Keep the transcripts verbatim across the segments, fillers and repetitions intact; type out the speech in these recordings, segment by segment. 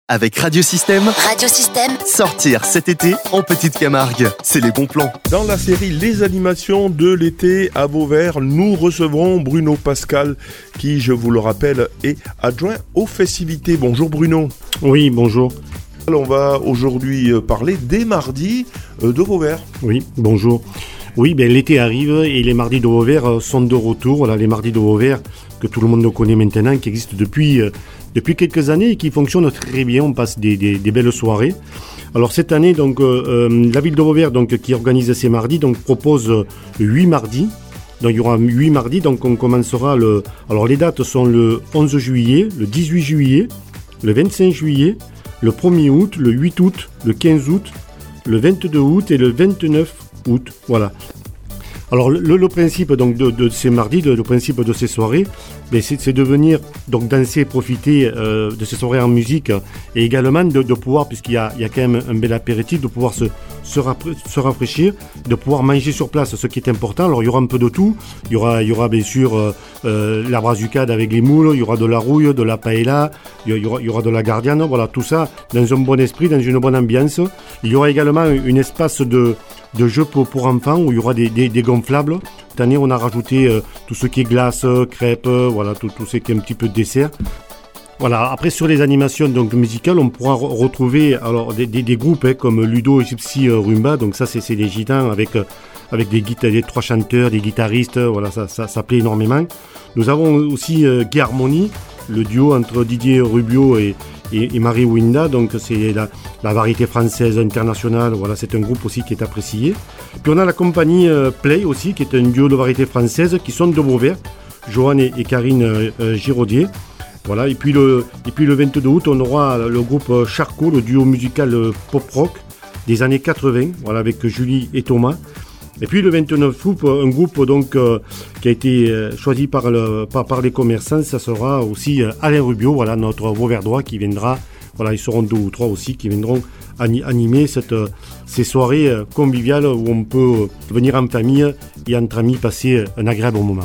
Avec Radiosystème. Radiosystème. Sortir cet été en Petite Camargue, c'est les bons plans. Dans la série Les animations de l'été à Vauvert, nous recevrons Bruno Pascal, qui, je vous le rappelle, est adjoint aux festivités. Bonjour Bruno. Oui, bonjour. On va aujourd'hui parler des mardis de Vauvert. Oui, bonjour. Oui, ben, l'été arrive et les mardis de Vauvert sont de retour. Voilà, les mardis de Vauvert que tout le monde connaît maintenant, qui existent depuis, euh, depuis quelques années et qui fonctionnent très bien. On passe des, des, des belles soirées. Alors cette année, donc, euh, euh, la ville de Vauvert, donc, qui organise ces mardis, donc, propose huit mardis. Donc il y aura huit mardis, donc on commencera le... Alors les dates sont le onze juillet, le dix-huit juillet, le vingt-cinq juillet, le premier août, le huit août, le quinze août, le vingt-deux août et le vingt-neuf août. Voilà. Alors le, le principe donc de, de ces mardis, de, le principe de ces soirées, ben c'est, c'est de venir donc danser, profiter euh, de ces soirées en musique et également de, de pouvoir, puisqu'il y a, il y a quand même un bel apéritif, de pouvoir se, se, rappra- se rafraîchir, de pouvoir manger sur place, ce qui est important. Alors il y aura un peu de tout. Il y aura, il y aura bien sûr euh, euh, la brazucade avec les moules, il y aura de la rouille, de la paella, il y aura, il y aura de la gardienne. Voilà, tout ça dans un bon esprit, dans une bonne ambiance. Il y aura également un espace de de jeux pour, pour enfants où il y aura des, des, des gonflables. Cette année, on a rajouté euh, tout ce qui est glace, crêpes, euh, voilà, tout, tout ce qui est un petit peu de dessert. Voilà. Après, sur les animations donc musicales, on pourra re- retrouver alors des, des, des groupes hein, comme Ludo et Gypsy euh, Rumba. Donc ça, c'est, c'est des gitans avec euh, avec des guitares, des trois chanteurs, des guitaristes. Euh, voilà, ça, ça, ça plaît énormément. Nous avons aussi euh, Gay Harmony, le duo entre Didier Rubio et et, et Marie Winda, donc c'est la, la variété française internationale, voilà, c'est un groupe aussi qui est apprécié. Puis on a la compagnie euh, Play aussi, qui est un duo de variété française, qui sont de Vauvert, Johan et, et Karine euh, Giraudier. Voilà, et puis le, et puis le vingt-deux août, on aura le groupe Charcot, le duo musical euh, pop-rock des années quatre-vingts, voilà, avec Julie et Thomas. Et puis le vingt-neuf août, un groupe donc euh, qui a été euh, choisi par, le, par, par les commerçants, ça sera aussi euh, Alain Rubio, voilà, notre Vauverdois qui viendra, voilà, ils seront deux ou trois aussi qui viendront ani- animer cette, euh, ces soirées euh, conviviales où on peut euh, venir en famille et entre amis passer un agréable moment.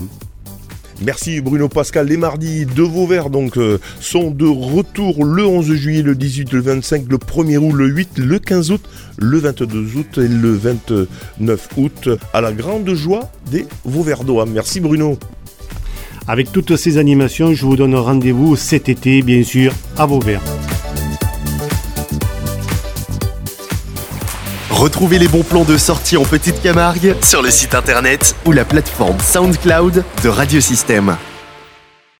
Merci Bruno Pascal. Les mardis de Vauvert donc euh, sont de retour le onze juillet, le dix-huit, le vingt-cinq, le premier août, le huit, le quinze août, le vingt-deux août et le vingt-neuf août, à la grande joie des Vauverdois. Merci Bruno. Avec toutes ces animations, je vous donne rendez-vous cet été, bien sûr, à Vauvert. Retrouvez les bons plans de sortie en Petite Camargue sur le site internet ou la plateforme SoundCloud de Radiosystème.